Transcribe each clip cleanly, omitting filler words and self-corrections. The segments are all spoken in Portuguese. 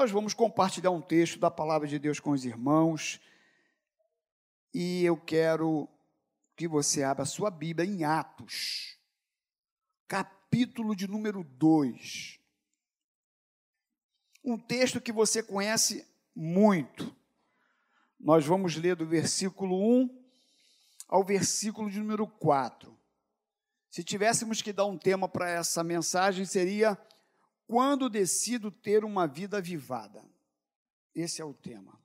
Nós vamos compartilhar um texto da palavra de Deus com os irmãos, e eu quero que você abra a sua Bíblia em Atos, capítulo de número 2. Um texto que você conhece muito. Nós vamos ler do versículo 1 ao versículo de número 4. Se tivéssemos que dar um tema para essa mensagem, seria: quando decido ter uma vida avivada? Esse é o tema.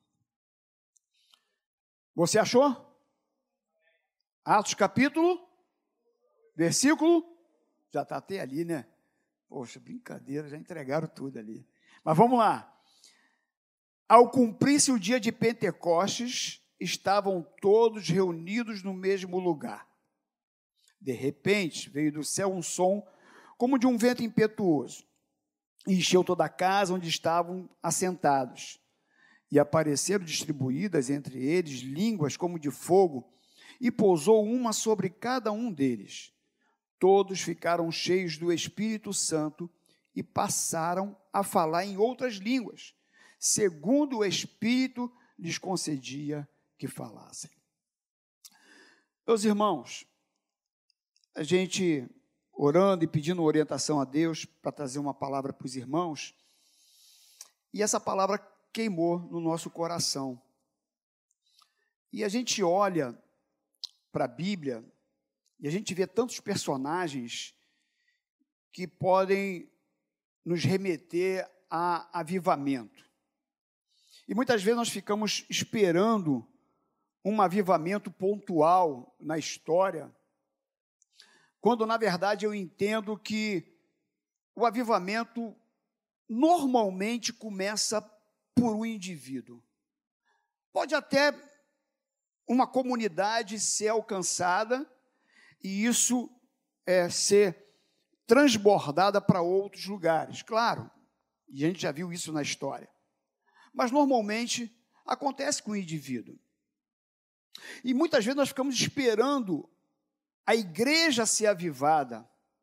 Você achou? Atos capítulo, versículo, já está até ali, né? Poxa, brincadeira, já entregaram tudo ali. Mas vamos lá. Ao cumprir-se o dia de Pentecostes, estavam todos reunidos no mesmo lugar. De repente, veio do céu um som como de um vento impetuoso, e encheu toda a casa onde estavam assentados. E apareceram distribuídas entre eles línguas como de fogo, e pousou uma sobre cada um deles. Todos ficaram cheios do Espírito Santo e passaram a falar em outras línguas, segundo o Espírito lhes concedia que falassem. Meus irmãos, a gente orando e pedindo orientação a Deus para trazer uma palavra para os irmãos, e essa palavra queimou no nosso coração. E a gente olha para a Bíblia e a gente vê tantos personagens que podem nos remeter a avivamento. E muitas vezes nós ficamos esperando um avivamento pontual na história, quando, na verdade, eu entendo que o avivamento normalmente começa por um indivíduo. Pode até uma comunidade ser alcançada e isso ser transbordada para outros lugares. Claro, e a gente já viu isso na história. Mas, normalmente, acontece com o indivíduo. E muitas vezes nós ficamos esperando a igreja ser avivada,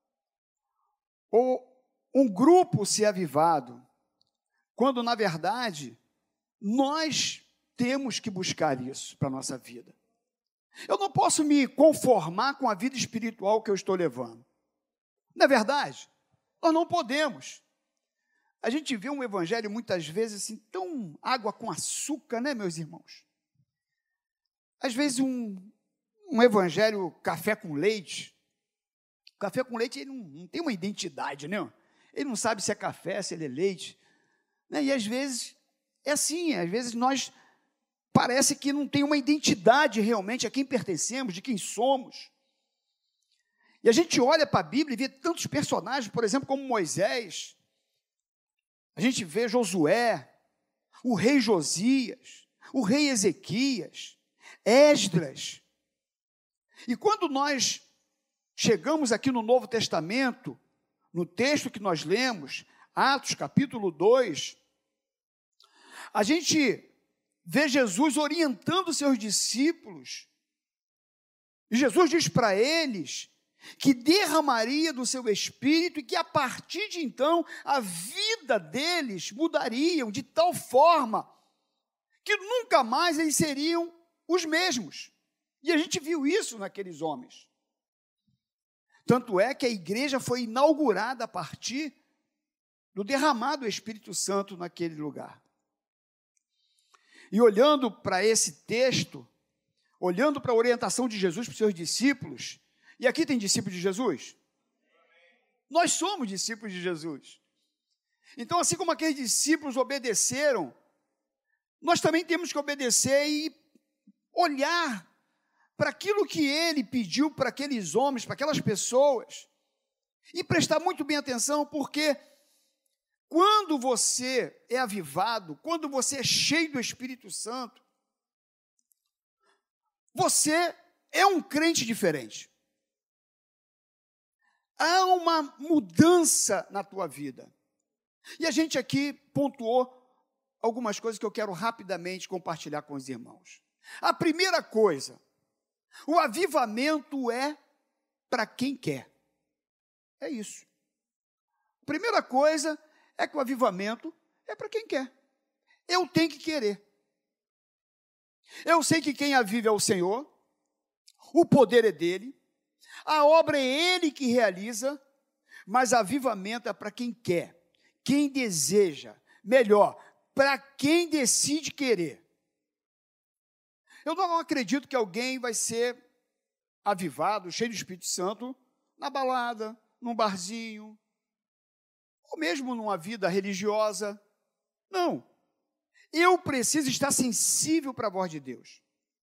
ou um grupo ser avivado, quando, na verdade, nós temos que buscar isso para a nossa vida. Eu não posso me conformar com a vida espiritual que eu estou levando. Não é verdade? Nós não podemos. A gente vê um evangelho, muitas vezes, assim, tão água com açúcar, né, meus irmãos? Às vezes, um evangelho café com leite. O café com leite ele não tem uma identidade, né? Ele não sabe se é café, se ele é leite. Né? E às vezes é assim, às vezes nós parece que não tem uma identidade realmente a quem pertencemos, de quem somos. E a gente olha para a Bíblia e vê tantos personagens, por exemplo, como Moisés. A gente vê Josué, o rei Josias, o rei Ezequias, Esdras. E quando nós chegamos aqui no Novo Testamento, no texto que nós lemos, Atos capítulo 2, a gente vê Jesus orientando seus discípulos, e Jesus diz para eles que derramaria do seu Espírito e que a partir de então a vida deles mudariam de tal forma que nunca mais eles seriam os mesmos. E a gente viu isso naqueles homens. Tanto é que a igreja foi inaugurada a partir do derramado do Espírito Santo naquele lugar. E olhando para esse texto, olhando para a orientação de Jesus para os seus discípulos, e aqui tem discípulos de Jesus? Nós somos discípulos de Jesus. Então, assim como aqueles discípulos obedeceram, nós também temos que obedecer e olhar para aquilo que ele pediu para aqueles homens, para aquelas pessoas, e prestar muito bem atenção, porque quando você é avivado, quando você é cheio do Espírito Santo, você é um crente diferente. Há uma mudança na tua vida. E a gente aqui pontuou algumas coisas que eu quero rapidamente compartilhar com os irmãos. A primeira coisa, o avivamento é para quem quer. É isso. A primeira coisa é que o avivamento é para quem quer. eu tenho que querer. Eu sei que quem a vive é o Senhor, o poder é dele, a obra é ele que realiza, mas avivamento é para quem quer, quem deseja, melhor, para quem decide querer. Eu não acredito que alguém vai ser avivado, cheio do Espírito Santo, na balada, num barzinho, ou mesmo numa vida religiosa. Não. Eu preciso estar sensível para a voz de Deus.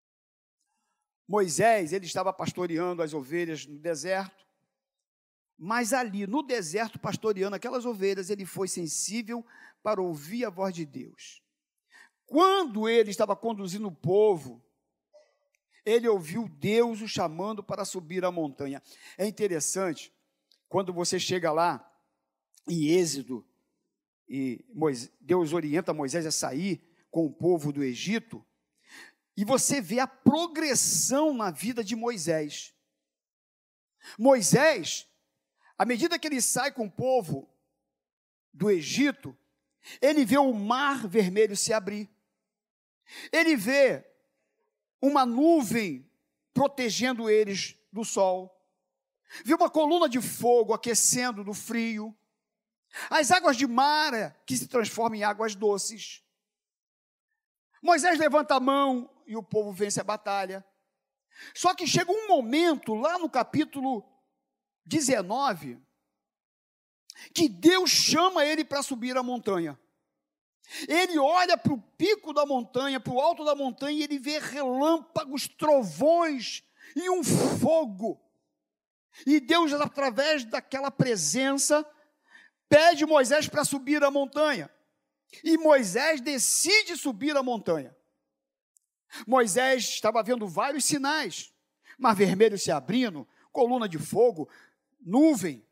Moisés, ele estava pastoreando as ovelhas no deserto, mas ali, no deserto, pastoreando aquelas ovelhas, ele foi sensível para ouvir a voz de Deus. Quando ele estava conduzindo o povo, ele ouviu Deus o chamando para subir a montanha. É interessante, quando você chega lá, em Êxodo, e Deus orienta Moisés a sair com o povo do Egito, e você vê a progressão na vida de Moisés. Moisés, à medida que ele sai com o povo do Egito, ele vê o mar vermelho se abrir. Ele vê uma nuvem protegendo eles do sol. Vê uma coluna de fogo aquecendo do frio. As águas de Mara que se transformam em águas doces. Moisés levanta a mão e o povo vence a batalha. Só que chega um momento, lá no capítulo 19, que Deus chama ele para subir a montanha. Ele olha para o pico da montanha, para o alto da montanha, e ele vê relâmpagos, trovões e um fogo. E Deus, através daquela presença, pede Moisés para subir a montanha. E Moisés decide subir a montanha. Moisés estava vendo vários sinais. Mar vermelho se abrindo, coluna de fogo, nuvem,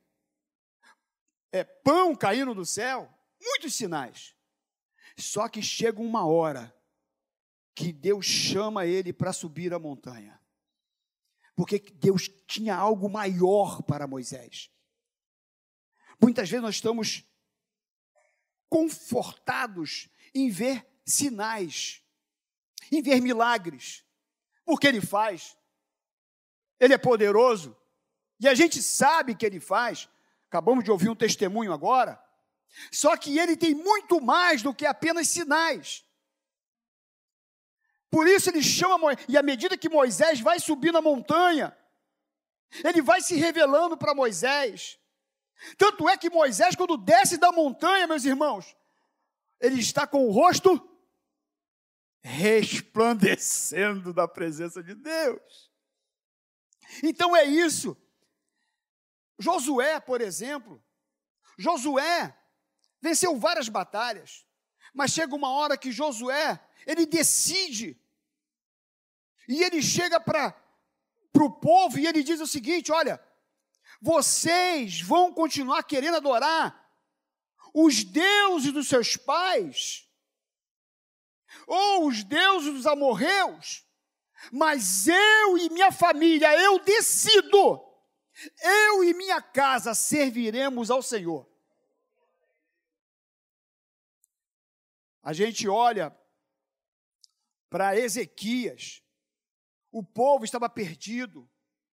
pão caindo do céu, muitos sinais. Só que chega uma hora que Deus chama ele para subir a montanha. Porque Deus tinha algo maior para Moisés. Muitas vezes nós estamos confortados em ver sinais, em ver milagres, porque Ele faz, Ele é poderoso, e a gente sabe que Ele faz. Acabamos de ouvir um testemunho agora, só que Ele tem muito mais do que apenas sinais. Por isso Ele chama Moisés, e à medida que Moisés vai subir na montanha, Ele vai se revelando para Moisés. Tanto é que Moisés, quando desce da montanha, meus irmãos, ele está com o rosto resplandecendo da presença de Deus. Então é isso. Josué, por exemplo, Josué venceu várias batalhas, mas chega uma hora que Josué, ele decide, e ele chega para o povo e ele diz o seguinte: olha, vocês vão continuar querendo adorar os deuses dos seus pais, ou os deuses dos amorreus, mas eu e minha família, eu decido, eu e minha casa serviremos ao Senhor. A gente olha para Ezequias, o povo estava perdido,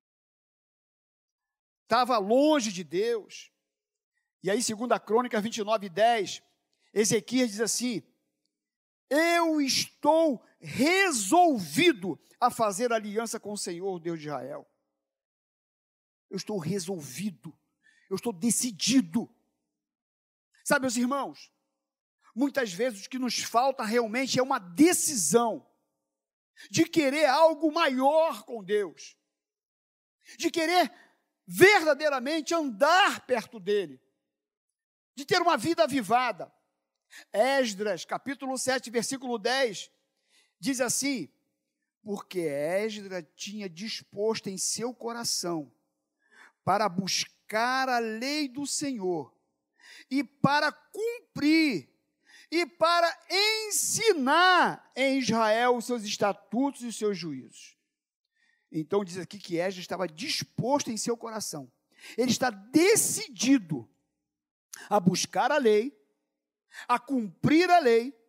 estava longe de Deus. E aí, 2 Crônicas 29:10, Ezequias diz assim: eu estou resolvido a fazer aliança com o Senhor, Deus de Israel. Eu estou resolvido, eu estou decidido. Sabe, meus irmãos, muitas vezes o que nos falta realmente é uma decisão de querer algo maior com Deus, de querer verdadeiramente andar perto dele, de ter uma vida avivada. Esdras, capítulo 7, versículo 10, diz assim: porque Esdras tinha disposto em seu coração para buscar a lei do Senhor, e para cumprir, e para ensinar em Israel os seus estatutos e os seus juízos. Então diz aqui que Esdras estava disposto em seu coração, ele está decidido a buscar a lei, a cumprir a lei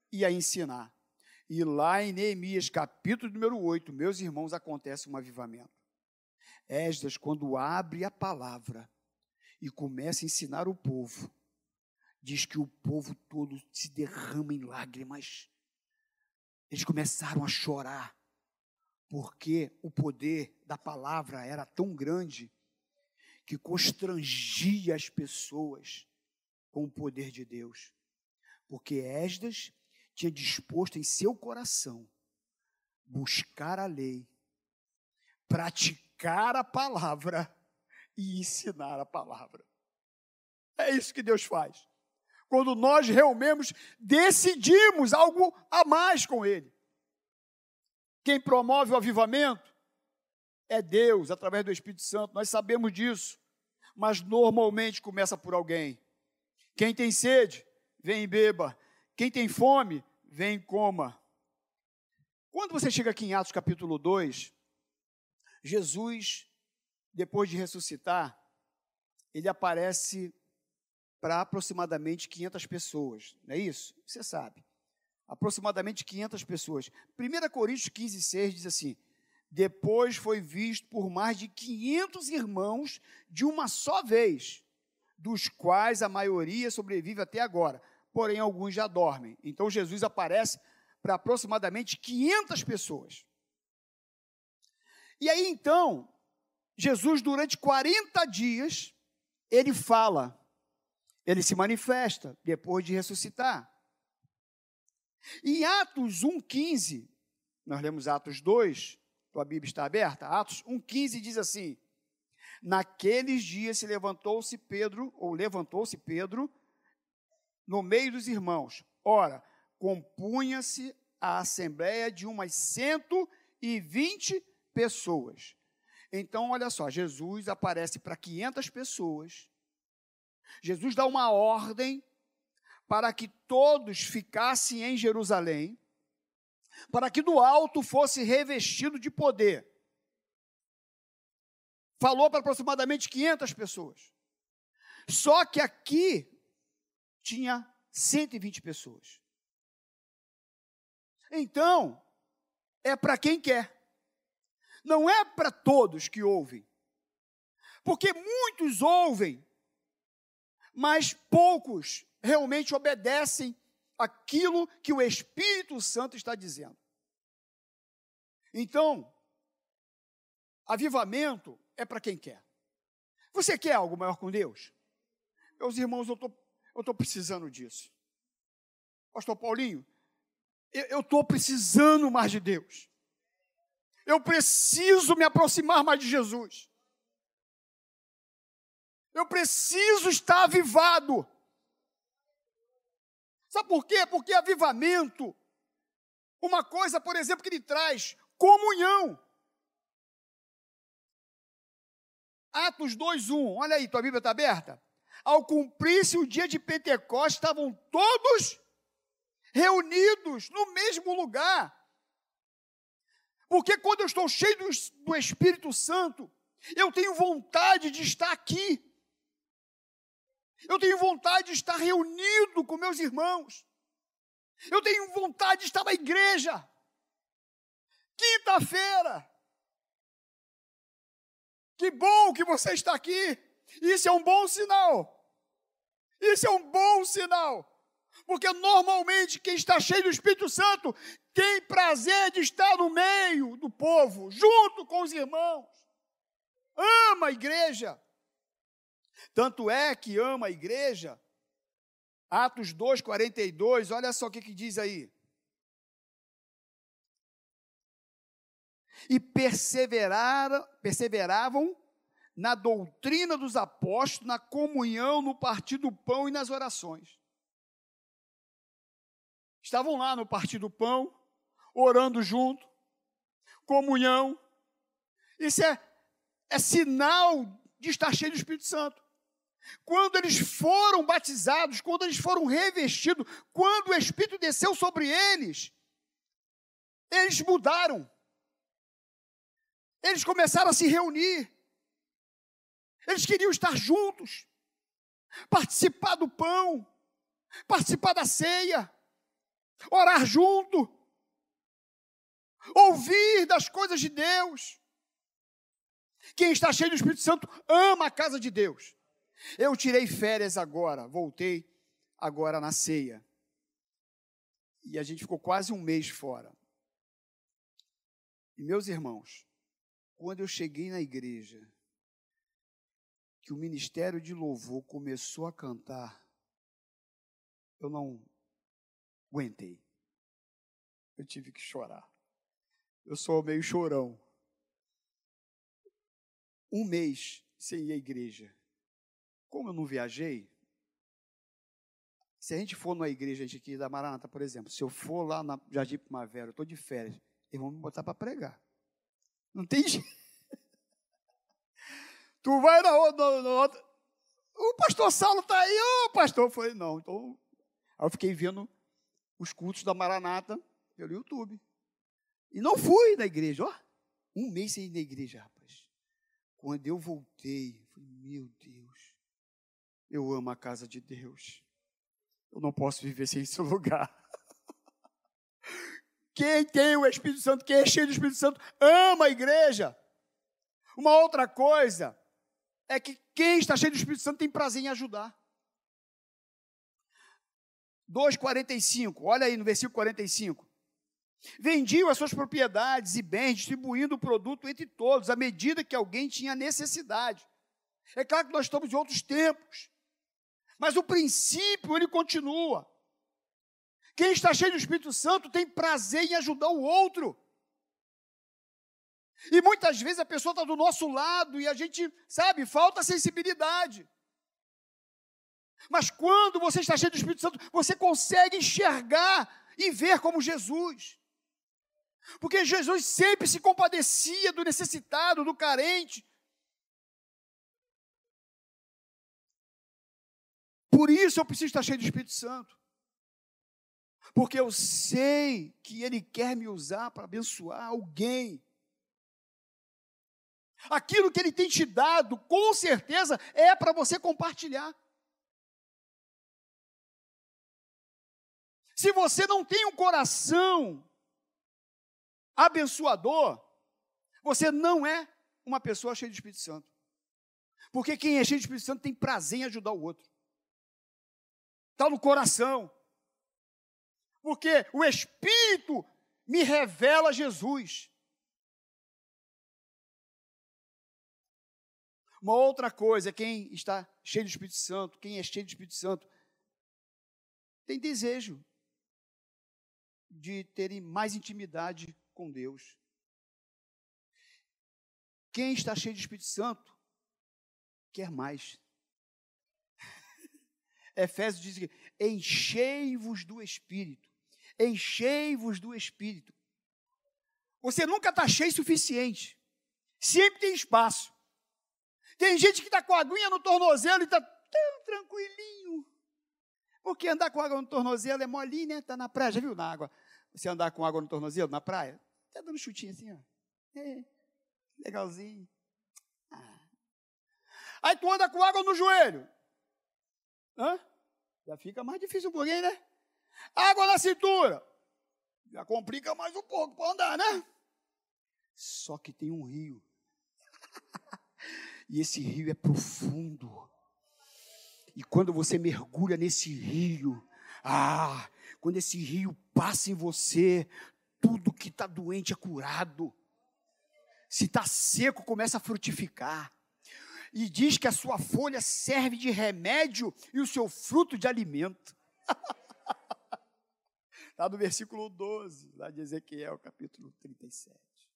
e a ensinar. E lá em Neemias, capítulo número 8, meus irmãos, acontece um avivamento. Esdras, quando abre a palavra e começa a ensinar o povo, diz que o povo todo se derrama em lágrimas. Eles começaram a chorar, porque o poder da palavra era tão grande que constrangia as pessoas com o poder de Deus. Porque Esdras tinha disposto em seu coração buscar a lei, praticar a palavra e ensinar a palavra. É isso que Deus faz. Quando nós realmente decidimos algo a mais com Ele. Quem promove o avivamento é Deus, através do Espírito Santo, nós sabemos disso. Mas normalmente começa por alguém. Quem tem sede, vem e beba. Quem tem fome, vem e coma. Quando você chega aqui em Atos capítulo 2, Jesus, depois de ressuscitar, ele aparece para aproximadamente 500 pessoas, não é isso? Você sabe, aproximadamente 500 pessoas. 1 Coríntios 15, 6 diz assim: depois foi visto por mais de 500 irmãos de uma só vez, dos quais a maioria sobrevive até agora, porém alguns já dormem. Então Jesus aparece para aproximadamente 500 pessoas. E aí então, Jesus durante 40 dias, ele fala, ele se manifesta depois de ressuscitar. Em Atos 1,15, nós lemos Atos 2, tua Bíblia está aberta, Atos 1,15 diz assim: naqueles dias levantou-se Pedro no meio dos irmãos. Ora, compunha-se a assembleia de umas 120 pessoas. Então, olha só, Jesus aparece para 500 pessoas. Jesus dá uma ordem para que todos ficassem em Jerusalém, para que do alto fosse revestido de poder. Falou para aproximadamente 500 pessoas. Só que aqui tinha 120 pessoas. Então, é para quem quer. Não é para todos que ouvem. Porque muitos ouvem, mas poucos realmente obedecem aquilo que o Espírito Santo está dizendo. Então, avivamento é para quem quer. Você quer algo maior com Deus? Meus irmãos, eu estou precisando disso. Pastor Paulinho, eu estou precisando mais de Deus. Eu preciso me aproximar mais de Jesus. Eu preciso estar avivado. Sabe por quê? Porque avivamento, uma coisa, por exemplo, que ele traz, comunhão. Atos 2:1, olha aí, tua Bíblia está aberta? Ao cumprir-se o dia de Pentecostes, estavam todos reunidos no mesmo lugar. Porque quando eu estou cheio do Espírito Santo, eu tenho vontade de estar aqui. Eu tenho vontade de estar reunido com meus irmãos. Eu tenho vontade de estar na igreja. Quinta-feira. Que bom que você está aqui. Isso é um bom sinal. Isso é um bom sinal. Porque normalmente quem está cheio do Espírito Santo tem prazer de estar no meio do povo, junto com os irmãos. Ama a igreja. Tanto é que ama a igreja. Atos 2:42, olha só o que diz aí. E perseveravam na doutrina dos apóstolos, na comunhão, no partir do pão e nas orações. Estavam lá no partir do pão, orando junto, comunhão. Isso é sinal de estar cheio do Espírito Santo. Quando eles foram batizados, quando eles foram revestidos, quando o Espírito desceu sobre eles, eles mudaram. Eles começaram a se reunir. Eles queriam estar juntos, participar do pão, participar da ceia. orar junto, ouvir das coisas de Deus. Quem está cheio do Espírito Santo ama a casa de Deus. Eu tirei férias agora, voltei agora na ceia. E a gente ficou quase um mês fora. E meus irmãos, quando eu cheguei na igreja, que o ministério de louvor começou a cantar, eu não aguentei. Eu tive que chorar. Eu sou meio chorão. Um mês sem ir à igreja. Como eu não viajei, se a gente for numa igreja aqui da Maranata, por exemplo, se eu for lá na Jardim Primavera, eu estou de férias, eles vão me botar para pregar. Não tem jeito. Tu vai na outra. O pastor Saulo está aí, pastor. Eu falei, não. Então, aí eu fiquei vendo os cultos da Maranata pelo YouTube. E não fui na igreja, um mês sem ir na igreja, rapaz. Quando eu voltei, falei, meu Deus, eu amo a casa de Deus. Eu não posso viver sem esse lugar. Quem tem o Espírito Santo, quem é cheio do Espírito Santo, ama a igreja. Uma outra coisa é que quem está cheio do Espírito Santo tem prazer em ajudar. 2,45, olha aí no versículo 45. Vendiam as suas propriedades e bens, distribuindo o produto entre todos, à medida que alguém tinha necessidade. É claro que nós estamos em outros tempos, mas o princípio, ele continua. Quem está cheio do Espírito Santo tem prazer em ajudar o outro. E muitas vezes a pessoa está do nosso lado e a gente, sabe, falta sensibilidade. Mas quando você está cheio do Espírito Santo, você consegue enxergar e ver como Jesus. Porque Jesus sempre se compadecia do necessitado, do carente. Por isso eu preciso estar cheio do Espírito Santo. Porque eu sei que Ele quer me usar para abençoar alguém. Aquilo que Ele tem te dado, com certeza, é para você compartilhar. Se você não tem um coração abençoador, você não é uma pessoa cheia de Espírito Santo. Porque quem é cheio de Espírito Santo tem prazer em ajudar o outro. Está no coração. Porque o Espírito me revela Jesus. Uma outra coisa, quem está cheio do Espírito Santo, quem é cheio do Espírito Santo, tem desejo de ter mais intimidade com Deus. Quem está cheio de Espírito Santo, quer mais. Efésios diz que enchei-vos do Espírito. Enchei-vos do Espírito. Você nunca está cheio o suficiente. Sempre tem espaço. Tem gente que está com a aguinha no tornozelo e está tão tranquilinho. Porque andar com água no tornozelo é molinho, né? Está na praia, já viu na água? Você andar com água no tornozelo na praia? Está dando chutinho assim, ó. Legalzinho. Aí tu anda com água no joelho. Já fica mais difícil um pouquinho, né? Água na cintura. Já complica mais um pouco para andar, né? Só que tem um rio. E esse rio é profundo. E quando você mergulha nesse rio, quando esse rio passa em você, tudo que está doente é curado. Se está seco, começa a frutificar. E diz que a sua folha serve de remédio e o seu fruto de alimento. Está no versículo 12, lá de Ezequiel, capítulo 37.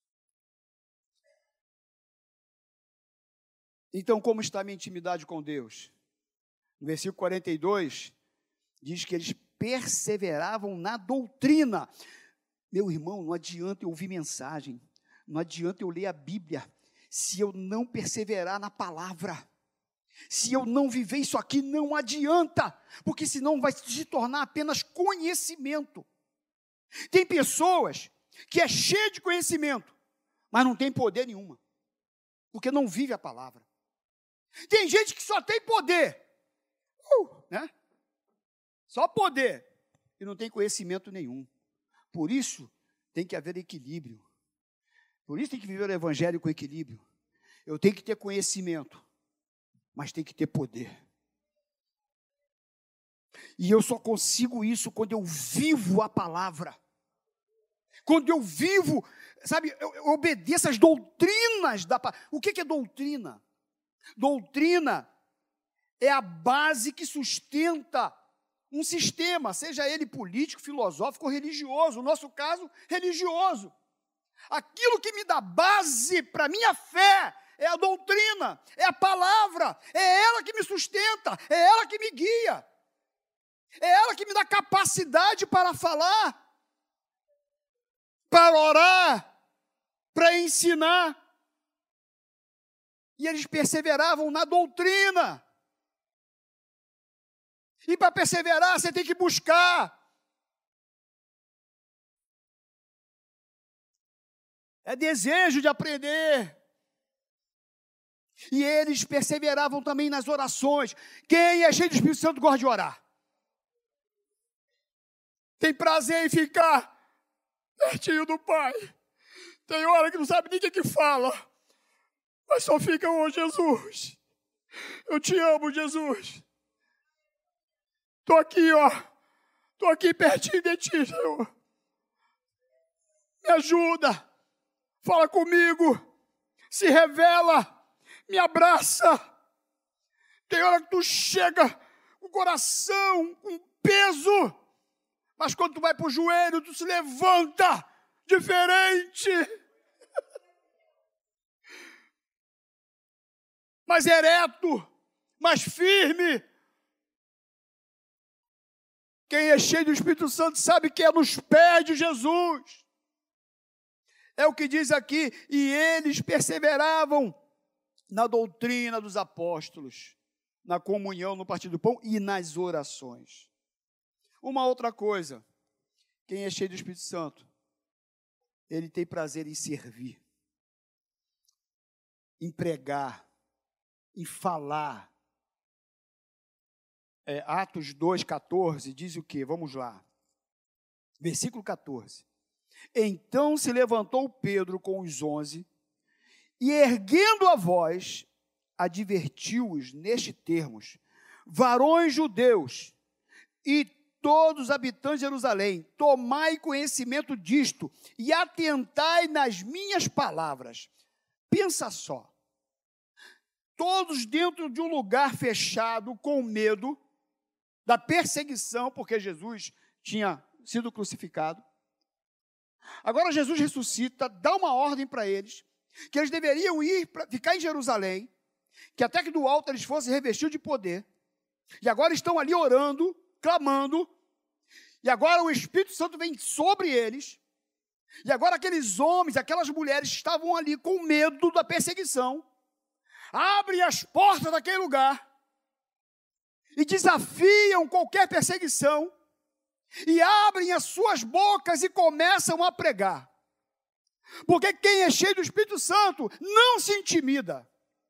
Então, como está a minha intimidade com Deus? No versículo 42, diz que eles perseveravam na doutrina. Meu irmão, não adianta eu ouvir mensagem, não adianta eu ler a Bíblia, se eu não perseverar na palavra. Se eu não viver isso aqui, não adianta, porque senão vai se tornar apenas conhecimento. Tem pessoas que é cheia de conhecimento, mas não tem poder nenhuma, porque não vive a palavra. Tem gente que só tem poder, né? Só poder, e não tem conhecimento nenhum. Por isso, tem que haver equilíbrio. Por isso tem que viver o evangelho com equilíbrio. Eu tenho que ter conhecimento, mas tem que ter poder. E eu só consigo isso quando eu vivo a palavra. Quando eu vivo, sabe, eu obedeço às doutrinas da palavra. O que é doutrina? Doutrina é a base que sustenta um sistema, seja ele político, filosófico ou religioso. No nosso caso, religioso. Aquilo que me dá base para a minha fé é a doutrina, é a palavra, é ela que me sustenta, é ela que me guia, é ela que me dá capacidade para falar, para orar, para ensinar. E eles perseveravam na doutrina. E para perseverar, você tem que buscar. É desejo de aprender. E eles perseveravam também nas orações. Quem é cheio do Espírito Santo gosta de orar. Tem prazer em ficar pertinho do Pai. Tem hora que não sabe nem o que fala. Mas só fica, ô Jesus. Eu te amo, Jesus. Estou aqui, ó. Estou aqui pertinho de ti, Senhor. Me ajuda. Fala comigo. Se revela. Me abraça. Tem hora que tu chega com o coração, com peso. Mas quando tu vai para o joelho, tu se levanta diferente. Mais ereto, mais firme. Quem é cheio do Espírito Santo sabe que é nos pés de Jesus. É o que diz aqui, e eles perseveravam na doutrina dos apóstolos, na comunhão, no partir do pão e nas orações. Uma outra coisa, quem é cheio do Espírito Santo, ele tem prazer em servir, em pregar, em falar. Atos 2,14 diz o quê? Vamos lá. Versículo 14. Então se levantou Pedro com os 11 e, erguendo a voz, advertiu-os nestes termos: varões judeus e todos os habitantes de Jerusalém, tomai conhecimento disto e atentai nas minhas palavras. Pensa só. Todos dentro de um lugar fechado, com medo da perseguição, porque Jesus tinha sido crucificado. Agora Jesus ressuscita, dá uma ordem para eles, que eles deveriam ficar em Jerusalém, que até que do alto eles fossem revestidos de poder. E agora estão ali orando, clamando, e agora o Espírito Santo vem sobre eles, e agora aqueles homens, aquelas mulheres estavam ali com medo da perseguição, abrem as portas daquele lugar, e desafiam qualquer perseguição, e abrem as suas bocas e começam a pregar. Porque quem é cheio do Espírito Santo não se intimida.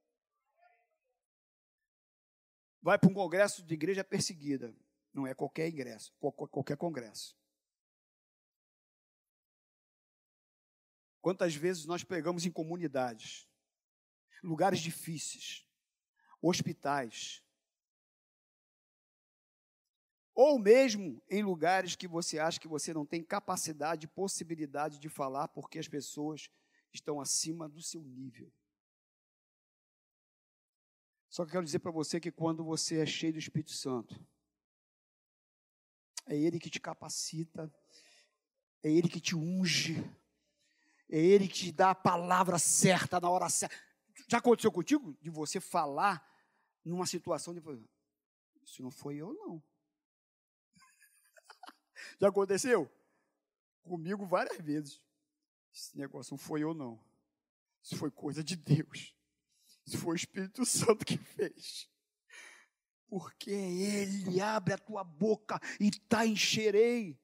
Vai para um congresso de igreja perseguida. Não é qualquer ingresso, qualquer congresso. Quantas vezes nós pregamos em comunidades, lugares difíceis, hospitais, ou mesmo em lugares que você acha que você não tem capacidade, possibilidade de falar, porque as pessoas estão acima do seu nível. Só que eu quero dizer para você que quando você é cheio do Espírito Santo, é Ele que te capacita, é Ele que te unge, é Ele que te dá a palavra certa na hora certa. Já aconteceu contigo de você falar numa situação de, isso não foi eu não. Já aconteceu? Comigo várias vezes. Esse negócio não foi eu não. Isso foi coisa de Deus. Isso foi o Espírito Santo que fez. Porque Ele abre a tua boca e te encherei.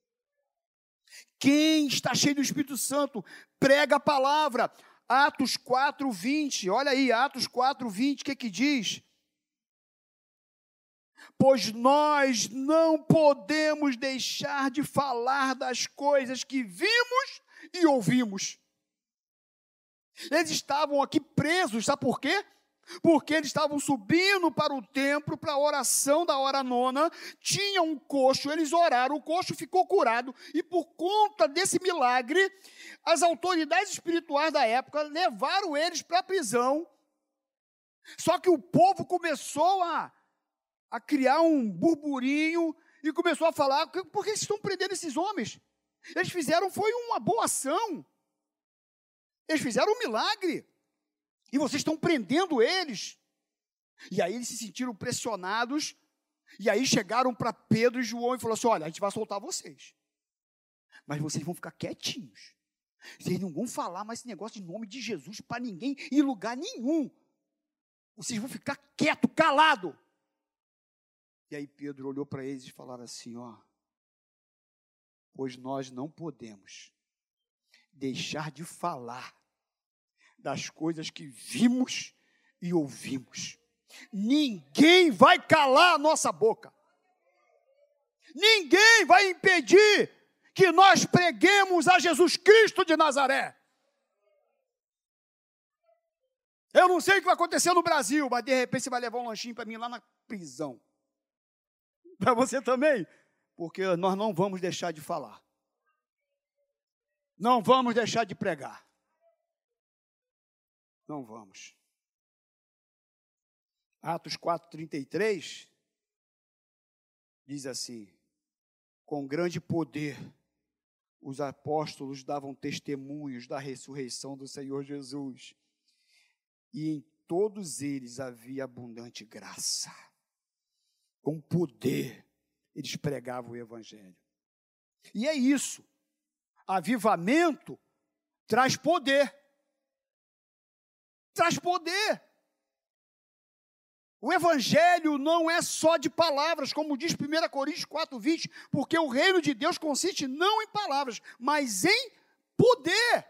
Quem está cheio do Espírito Santo, prega a palavra. Atos 4:20, olha aí, Atos 4:20, o que diz? pois nós não podemos deixar de falar das coisas que vimos e ouvimos. Eles estavam aqui presos, sabe por quê? Porque eles estavam subindo para o templo, para a oração da hora nona, tinha um coxo, eles oraram, o coxo ficou curado, e por conta desse milagre, as autoridades espirituais da época levaram eles para a prisão. Só que o povo começou a criar um burburinho, e começou a falar, por que vocês estão prendendo esses homens? Eles fizeram, foi uma boa ação, eles fizeram um milagre, e vocês estão prendendo eles. E aí eles se sentiram pressionados, e aí chegaram para Pedro e João e falaram assim, olha, a gente vai soltar vocês, mas vocês vão ficar quietinhos, vocês não vão falar mais esse negócio de nome de Jesus para ninguém, em lugar nenhum, vocês vão ficar quieto, calado. E aí Pedro olhou para eles e falaram assim, pois nós não podemos deixar de falar das coisas que vimos e ouvimos. Ninguém vai calar a nossa boca. Ninguém vai impedir que nós preguemos a Jesus Cristo de Nazaré. Eu não sei o que vai acontecer no Brasil, mas de repente você vai levar um lanchinho para mim lá na prisão. Para você também. Porque nós não vamos deixar de falar. Não vamos deixar de pregar. Não vamos. Atos 4:33 diz assim, com grande poder os apóstolos davam testemunhos da ressurreição do Senhor Jesus, e em todos eles havia abundante graça. Com poder eles pregavam o evangelho. E é isso. Avivamento traz poder. Traz poder. O evangelho não é só de palavras, como diz 1 Coríntios 4:20, porque o reino de Deus consiste não em palavras, mas em poder.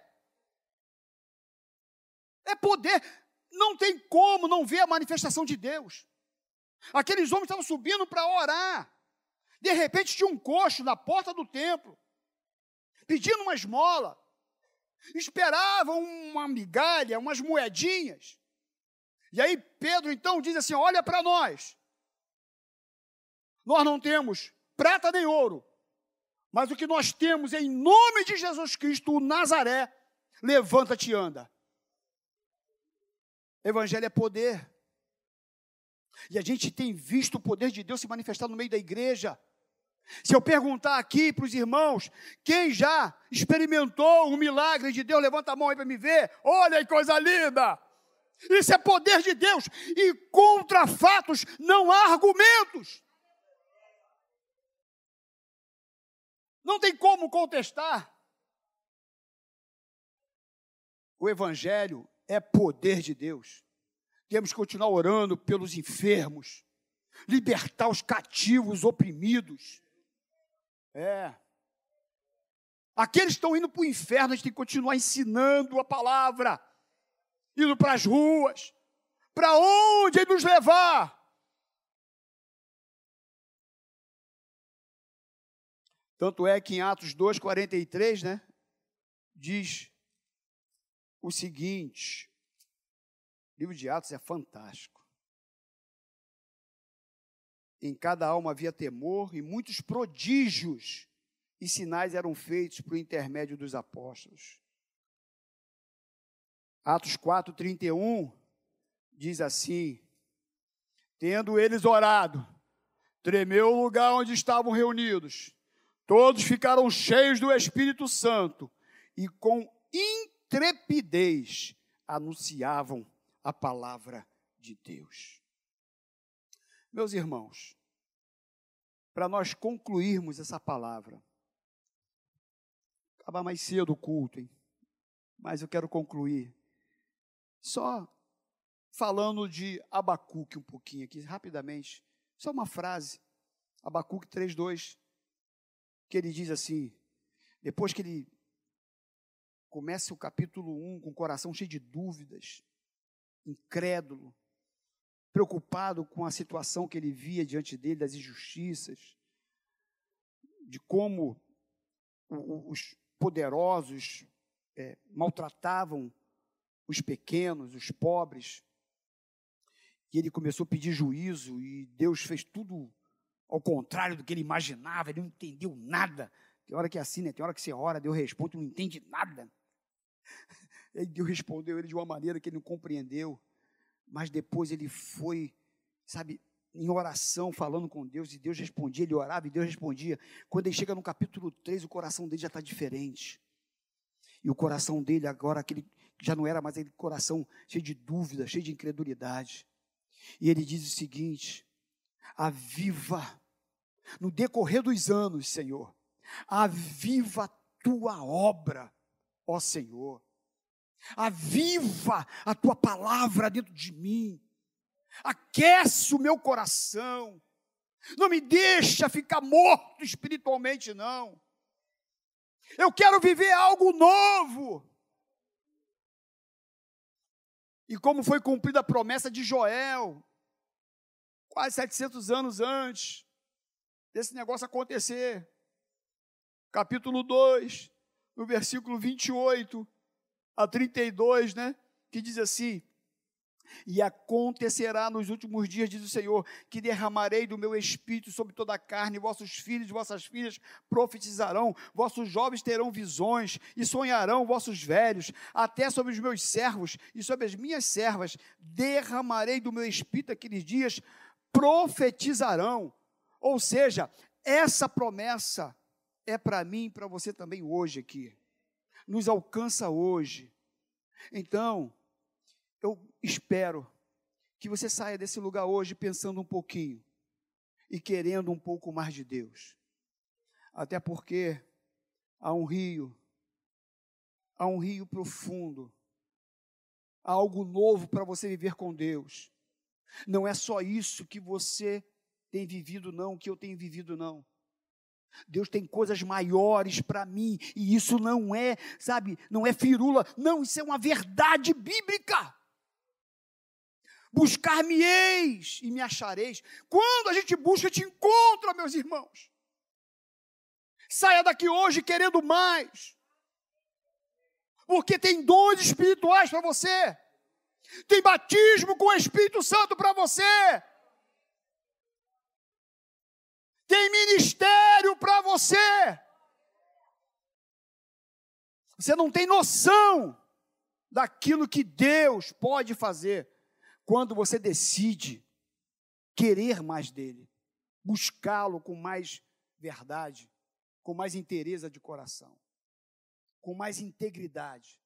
É poder. Não tem como não ver a manifestação de Deus. Aqueles homens estavam subindo para orar. De repente tinha um coxo na porta do templo, pedindo uma esmola. Esperavam uma migalha, umas moedinhas. E aí Pedro então diz assim, olha para nós. Nós não temos prata nem ouro, mas o que nós temos em nome de Jesus Cristo, o Nazaré, levanta-te e anda. Evangelho é poder. E a gente tem visto o poder de Deus se manifestar no meio da igreja. Se eu perguntar aqui para os irmãos, quem já experimentou um milagre de Deus, levanta a mão aí para me ver. Olha que coisa linda! Isso é poder de Deus. E contra fatos não há argumentos. Não tem como contestar. O evangelho é poder de Deus. Temos que continuar orando pelos enfermos, libertar os cativos, oprimidos. Aqueles que estão indo para o inferno, a gente tem que continuar ensinando a palavra, indo para as ruas, para onde ele nos levar. Tanto é que em Atos 2:43, diz o seguinte, o livro de Atos é fantástico. Em cada alma havia temor, e muitos prodígios e sinais eram feitos por intermédio dos apóstolos. Atos 4:31 diz assim, tendo eles orado, tremeu o lugar onde estavam reunidos, todos ficaram cheios do Espírito Santo, e com intrepidez anunciavam a palavra de Deus. Meus irmãos, para nós concluirmos essa palavra, acabar mais cedo o culto, mas eu quero concluir só falando de Abacuque um pouquinho aqui, rapidamente, só uma frase, Abacuque 3:2, que ele diz assim, depois que ele começa o capítulo 1 com o coração cheio de dúvidas, incrédulo, preocupado com a situação que ele via diante dele, das injustiças, de como os poderosos maltratavam os pequenos, os pobres. E ele começou a pedir juízo, e Deus fez tudo ao contrário do que ele imaginava, ele não entendeu nada. Tem hora que é assim, né? Tem hora que você ora, Deus responde, não entende nada. E Deus respondeu ele de uma maneira que ele não compreendeu, mas depois ele foi, sabe, em oração, falando com Deus, e Deus respondia, ele orava e Deus respondia. Quando ele chega no capítulo 3, o coração dele já está diferente. E o coração dele agora, aquele já não era mais aquele coração cheio de dúvida, cheio de incredulidade. E ele diz o seguinte: aviva, no decorrer dos anos, Senhor, aviva a tua obra, ó Senhor. Aviva a tua palavra dentro de mim. Aquece o meu coração. Não me deixa ficar morto espiritualmente, não. Eu quero viver algo novo. E como foi cumprida a promessa de Joel, quase 700 anos antes desse negócio acontecer. Capítulo 2, no versículo 28 a 32, né? Que diz assim: e acontecerá nos últimos dias, diz o Senhor, que derramarei do meu espírito sobre toda a carne, vossos filhos e vossas filhas profetizarão, vossos jovens terão visões, e sonharão vossos velhos, até sobre os meus servos e sobre as minhas servas, derramarei do meu espírito aqueles dias, profetizarão. Ou seja, essa promessa é para mim e para você também hoje aqui, nos alcança hoje. Então, eu espero que você saia desse lugar hoje pensando um pouquinho e querendo um pouco mais de Deus. Até porque há um rio profundo, há algo novo para você viver com Deus. Não é só isso que você tem vivido, não, que eu tenho vivido, não. Deus tem coisas maiores para mim, e isso não é, sabe, não é firula, não, isso é uma verdade bíblica. Buscar-me-eis e me achareis. Quando a gente busca, te encontra, meus irmãos. Saia daqui hoje querendo mais, porque tem dons espirituais para você, tem batismo com o Espírito Santo para você, tem ministério para você. Você não tem noção daquilo que Deus pode fazer quando você decide querer mais dele, buscá-lo com mais verdade, com mais inteireza de coração, com mais integridade.